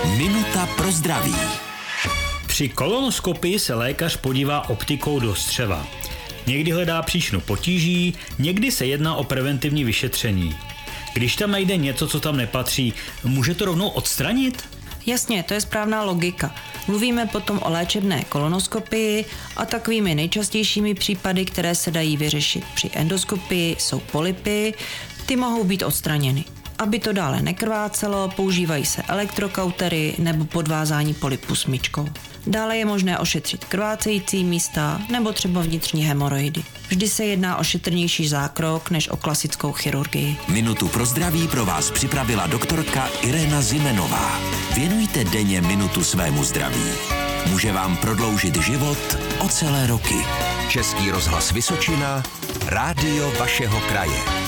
Minuta pro zdraví. Při kolonoskopii se lékař podívá optikou do střeva. Někdy hledá příčinu potíží, někdy se jedná o preventivní vyšetření. Když tam najde něco, co tam nepatří, může to rovnou odstranit? Jasně, to je správná logika. Mluvíme potom o léčebné kolonoskopii a takovými nejčastějšími případy, které se dají vyřešit při endoskopii, jsou polypy. Ty mohou být odstraněny. Aby to dále nekrvácelo, používají se elektrokautery nebo podvázání polypu smyčkou. Dále je možné ošetřit krvácející místa nebo třeba vnitřní hemoroidy. Vždy se jedná o šetrnější zákrok než o klasickou chirurgii. Minutu pro zdraví pro vás připravila doktorka Irena Zimenová. Věnujte denně minutu svému zdraví. Může vám prodloužit život o celé roky. Český rozhlas Vysočina, rádio vašeho kraje.